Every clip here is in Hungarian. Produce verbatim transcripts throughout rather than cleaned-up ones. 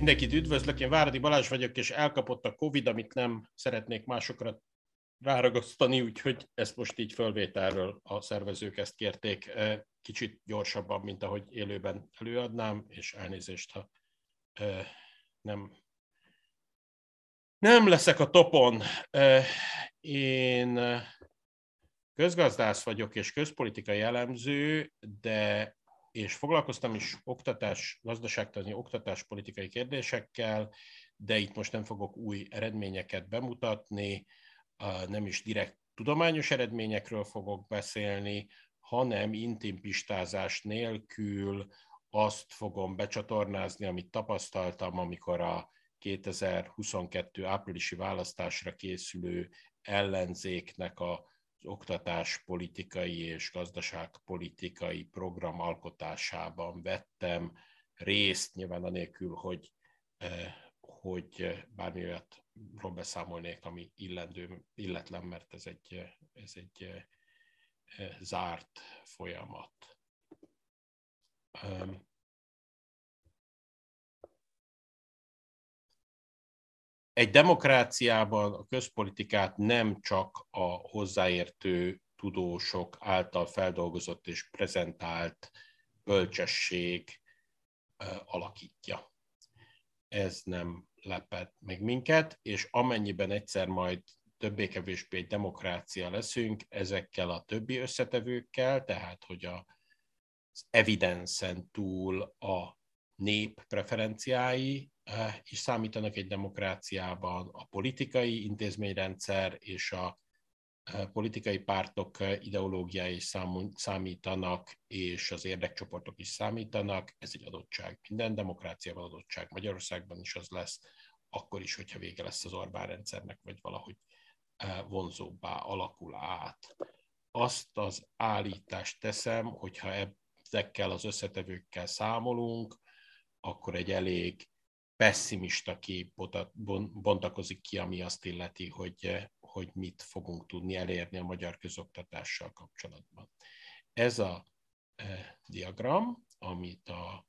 Mindenkit üdvözlök, én Váradi Balázs vagyok, és elkapott a Covid, amit nem szeretnék másokra ráragasztani, úgyhogy ezt most így fölvételről a szervezők ezt kérték kicsit gyorsabban, mint ahogy élőben előadnám, és elnézést, ha nem, nem leszek a topon. Én közgazdász vagyok és közpolitikai elemző, de és foglalkoztam is oktatás, gazdaságtani, oktatáspolitikai kérdésekkel, de itt most nem fogok új eredményeket bemutatni, nem is direkt tudományos eredményekről fogok beszélni, hanem intimpistázás nélkül azt fogom becsatornázni, amit tapasztaltam, amikor a kétezer-huszonkettő áprilisi választásra készülő ellenzéknek a az oktatáspolitikai és gazdaságpolitikai program alkotásában vettem részt, nyilván anélkül, hogy, hogy bármi olyatról beszámolnék, ami illendő, illetlen, mert ez egy, ez egy zárt folyamat. Egy demokráciában a közpolitikát nem csak a hozzáértő tudósok által feldolgozott és prezentált bölcsesség alakítja. Ez nem lepett meg minket, és amennyiben egyszer majd többé-kevésbé egy demokrácia leszünk, ezekkel a többi összetevőkkel, tehát hogy az evidence-en túl a nép preferenciái is számítanak egy demokráciában, a politikai intézményrendszer és a politikai pártok ideológiái is számítanak, és az érdekcsoportok is számítanak. Ez egy adottság. Minden demokráciában adottság. Magyarországban is az lesz, akkor is, hogyha vége lesz az Orbán rendszernek, vagy valahogy vonzóbbá alakul át. Azt az állítást teszem, hogyha ezekkel az összetevőkkel számolunk, akkor egy elég pesszimista kép bontakozik ki, ami azt illeti, hogy, hogy mit fogunk tudni elérni a magyar közoktatással kapcsolatban. Ez a e, diagram, amit a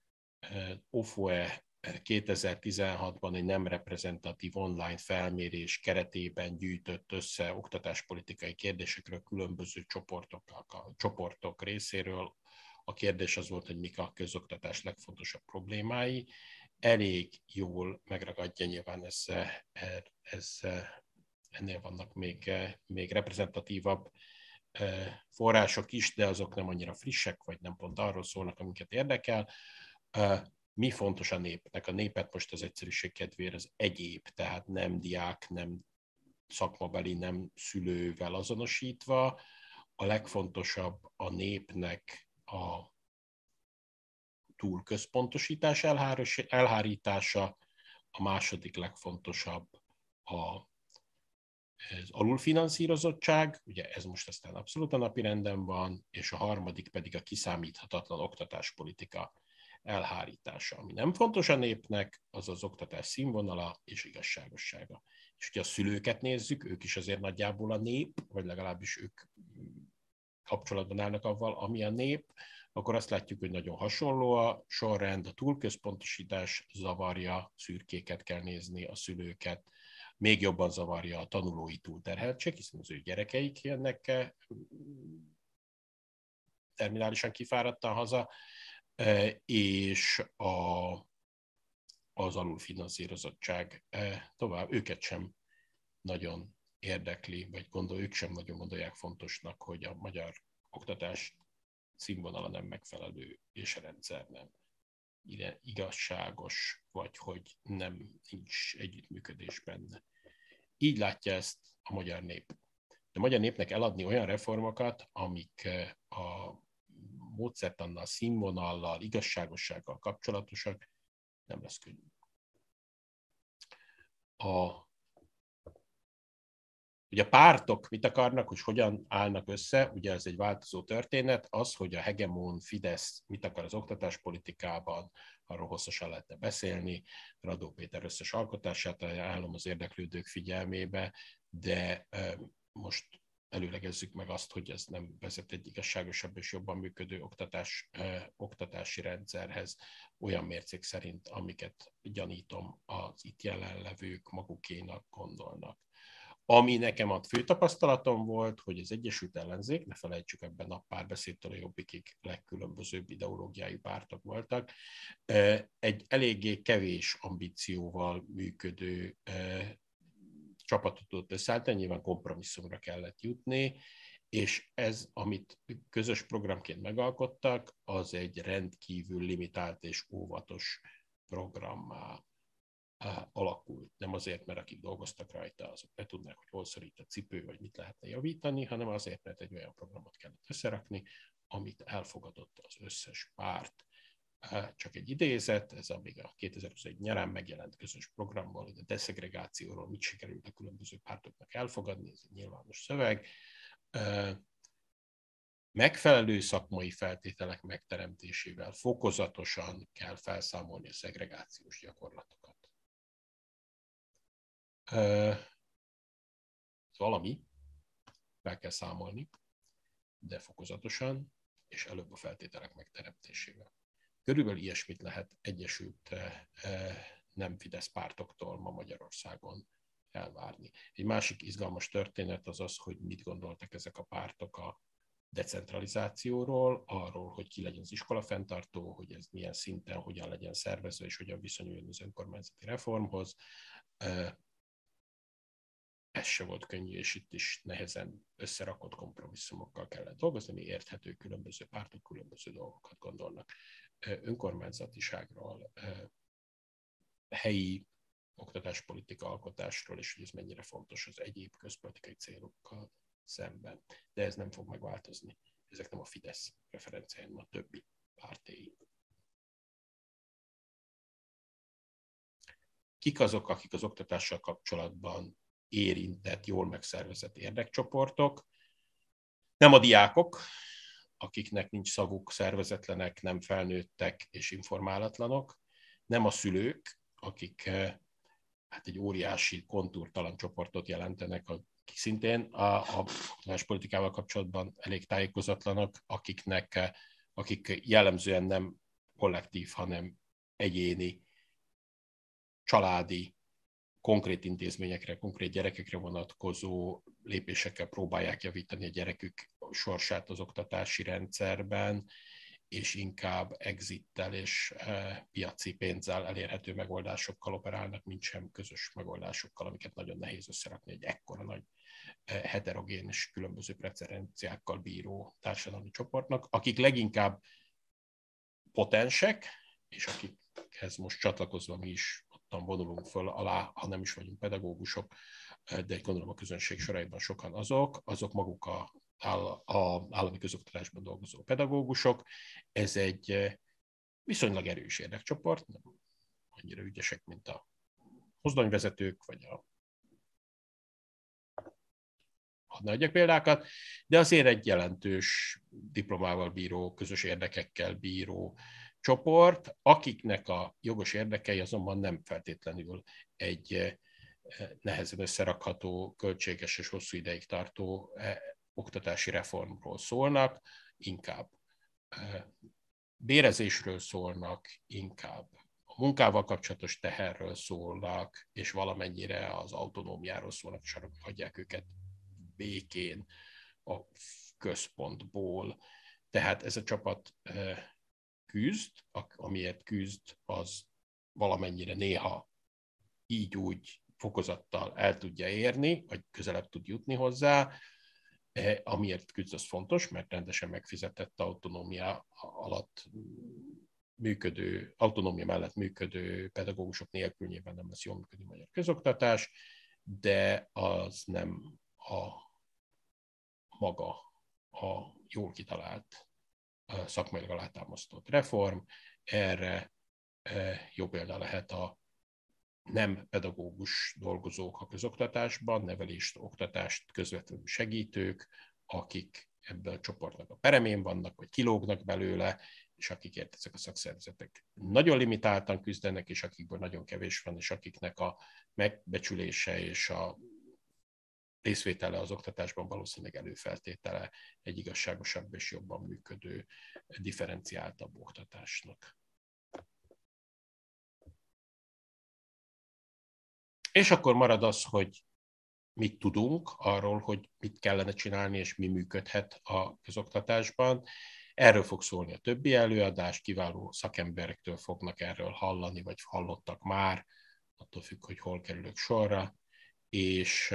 e, o f o e kétezer-tizenhatban egy nem reprezentatív online felmérés keretében gyűjtött össze oktatáspolitikai kérdésekről különböző csoportok, csoportok részéről. A kérdés az volt, hogy mik a közoktatás legfontosabb problémái. Elég jól megragadja, nyilván ez, ez, ennél vannak még, még reprezentatívabb források is, de azok nem annyira frissek, vagy nem pont arról szólnak, amiket érdekel. Mi fontos a népnek? A népet most az egyszerűség kedvéért az egyéb, tehát nem diák, nem szakmabeli, nem szülővel azonosítva. A legfontosabb a népnek a túlközpontosítás elhárítása, a második legfontosabb a, az alulfinanszírozottság, ugye ez most aztán abszolút a napirenden van, és a harmadik pedig a kiszámíthatatlan oktatáspolitika elhárítása. Ami nem fontos a népnek, az az oktatás színvonala és igazságossága. És hogyha a szülőket nézzük, ők is azért nagyjából a nép, vagy legalábbis ők kapcsolatban állnak avval, ami a nép, akkor azt látjuk, hogy nagyon hasonló a sorrend, a túlközpontosítás zavarja, szürkéket kell nézni, a szülőket, még jobban zavarja a tanulói túlterheltség, hiszen az ő gyerekeik jönnek terminálisan kifáradtan haza, és a, az alulfinanszírozottság tovább, őket sem nagyon érdekli, vagy gondol, ők sem nagyon gondolják fontosnak, hogy a magyar oktatás színvonala nem megfelelő, és a rendszer nem igazságos, vagy hogy nem nincs együttműködés benne. Így látja ezt a magyar nép. A magyar népnek eladni olyan reformokat, amik a módszertannal, színvonallal, igazságossággal kapcsolatosak, nem lesz könnyű. A Ugye a pártok mit akarnak, hogy hogyan állnak össze, ugye ez egy változó történet, az, hogy a hegemon Fidesz mit akar az oktatáspolitikában, arról hosszasan lehetne beszélni, Radó Péter összes alkotását ajánlom az érdeklődők figyelmébe, de most előlegezzük meg azt, hogy ez nem vezet egy igazságosabb és jobban működő oktatás, eh, oktatási rendszerhez olyan mércék szerint, amiket gyanítom az itt jelenlevők magukénak gondolnak. Ami nekem a fő tapasztalatom volt, hogy az Egyesült Ellenzék, ne felejtsük, ebben a párbeszédtől a Jobbikig legkülönbözőbb ideológiájú pártok voltak, egy eléggé kevés ambícióval működő csapatot tudott összeállítani, nyilván kompromisszumra kellett jutni, és ez, amit közös programként megalkottak, az egy rendkívül limitált és óvatos programmá alakult. Nem azért, mert akik dolgoztak rajta, azok ne tudnák, hogy hol szorít a cipő, vagy mit lehetne javítani, hanem azért, mert egy olyan programot kellett összerakni, amit elfogadott az összes párt. Csak egy idézet, ez amíg a kétezer-huszonegy nyarán megjelent közös programból, hogy a deszegregációról mit sikerült a különböző pártoknak elfogadni, ez egy nyilvános szöveg. Megfelelő szakmai feltételek megteremtésével fokozatosan kell felszámolni a szegregációs gyakorlatokat. Ez valami, fel kell számolni, de fokozatosan, és előbb a feltételek megteremtésével. Körülbelül ilyesmit lehet egyesült nem Fidesz pártoktól ma Magyarországon elvárni. Egy másik izgalmas történet az az, hogy mit gondoltak ezek a pártok a decentralizációról, arról, hogy ki legyen az iskolafenntartó, hogy ez milyen szinten, hogyan legyen szervezve, és hogyan viszonyuljon az önkormányzati reformhoz. Ez se volt könnyű, és itt is nehezen összerakott kompromisszumokkal kellett dolgozni, mi érthető, különböző pártok különböző dolgokat gondolnak. Önkormányzatiságról, helyi oktatáspolitika alkotásról, és hogy ez mennyire fontos az egyéb közpolitikai célokkal szemben. De ez nem fog megváltozni. Ezek nem a Fidesz preferenciái, hanem a többi pártéi. Kik azok, akik az oktatással kapcsolatban érintett, jól megszervezett érdekcsoportok? Nem a diákok, akiknek nincs szavuk, szervezetlenek, nem felnőttek és informálatlanok, nem a szülők, akik hát egy óriási kontúrtalan csoportot jelentenek, akik szintén a, a politikával kapcsolatban elég tájékozatlanok, akiknek, akik jellemzően nem kollektív, hanem egyéni, családi, konkrét intézményekre, konkrét gyerekekre vonatkozó lépésekkel próbálják javítani a gyerekük sorsát az oktatási rendszerben, és inkább exittel és e, piaci pénzzel elérhető megoldásokkal operálnak, mint sem közös megoldásokkal, amiket nagyon nehéz összerakni egy ekkora nagy e, heterogén és különböző preferenciákkal bíró társadalmi csoportnak, akik leginkább potensek, és akikhez most csatlakozva mi is ottan vonulunk föl alá, ha nem is vagyunk pedagógusok, de gondolom a közönség soraiban sokan azok, azok maguk a, a állami közoktatásban dolgozó pedagógusok. Ez egy viszonylag erős érdekcsoport, nem annyira ügyesek, mint a mozdonyvezetők, vagy a hadd ne adjak példákat, de azért egy jelentős diplomával bíró, közös érdekekkel bíró csoport, akiknek a jogos érdekei azonban nem feltétlenül egy nehezen összerakható, költséges és hosszú ideig tartó oktatási reformról szólnak, inkább bérezésről szólnak, inkább a munkával kapcsolatos teherről szólnak, és valamennyire az autonómiáról szólnak, és hagyják őket békén a központból. Tehát ez a csapat küzd, amiért küzd, az valamennyire néha így úgy fokozattal el tudja érni, vagy közelebb tud jutni hozzá, amiért küzd, az fontos, mert rendesen megfizetett autonómia alatt működő, autonómia mellett működő pedagógusok nélkül nyilván nem lesz jól működő magyar közoktatás, de az nem a maga a jól kitalált, szakmailag alátámasztott reform. Erre jó példa lehet a nem pedagógus dolgozók a közoktatásban, nevelést, oktatást közvetlenül segítők, akik ebben a csoportnak a peremén vannak, vagy kilógnak belőle, és akikért ezek a szakszervezetek nagyon limitáltan küzdenek, és akikből nagyon kevés van, és akiknek a megbecsülése és a részvétele az oktatásban valószínűleg előfeltétele egy igazságosabb és jobban működő, differenciáltabb oktatásnak. És akkor marad az, hogy mit tudunk arról, hogy mit kellene csinálni, és mi működhet a közoktatásban. Erről fog szólni a többi előadás, kiváló szakemberektől fognak erről hallani, vagy hallottak már, attól függ, hogy hol kerülök sorra, és,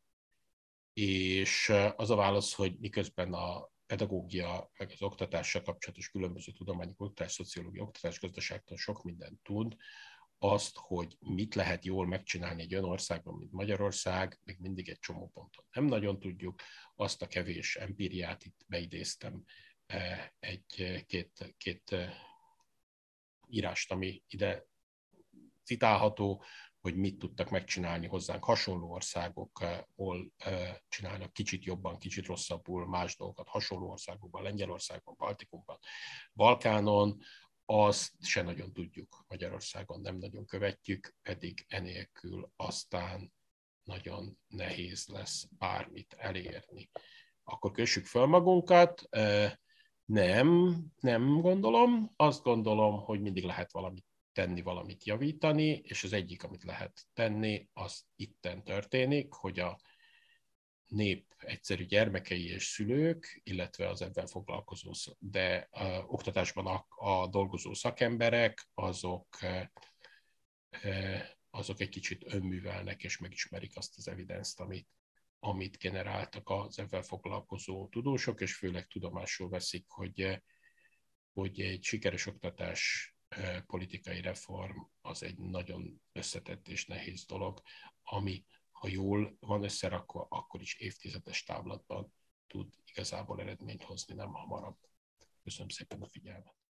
és az a válasz, hogy miközben a pedagógia, meg az oktatással kapcsolatos különböző tudományok, oktatás, szociológia, oktatás, gazdaságtan sok mindent tud, azt, hogy mit lehet jól megcsinálni egy olyan országban, mint Magyarország, még mindig egy csomó ponton nem nagyon tudjuk. Azt a kevés empíriát itt beidéztem egy két, két írást, ami ide citálható, hogy mit tudtak megcsinálni hozzánk hasonló országok, hol csinálnak kicsit jobban, kicsit rosszabbul más dolgokat, hasonló országokban, Lengyelországban, Baltikumban, Balkánon, azt se nagyon tudjuk Magyarországon, nem nagyon követjük, pedig enélkül aztán nagyon nehéz lesz bármit elérni. Akkor kössük fel magunkat. Nem, nem gondolom. Azt gondolom, hogy mindig lehet valamit tenni, valamit javítani, és az egyik, amit lehet tenni, az itten történik, hogy a nép egyszerű gyermekei és szülők, illetve az ebben foglalkozó, de uh, oktatásban a, a dolgozó szakemberek, azok, uh, azok egy kicsit önművelnek, és megismerik azt az evidenszt, amit, amit generáltak az ebben foglalkozó tudósok, és főleg tudomásul veszik, hogy, hogy egy sikeres oktatás uh, politikai reform az egy nagyon összetett és nehéz dolog, ami ha jól van összerakva, akkor is évtizedes távlatban tud igazából eredményt hozni, nem hamarabb. Köszönöm szépen a figyelmet.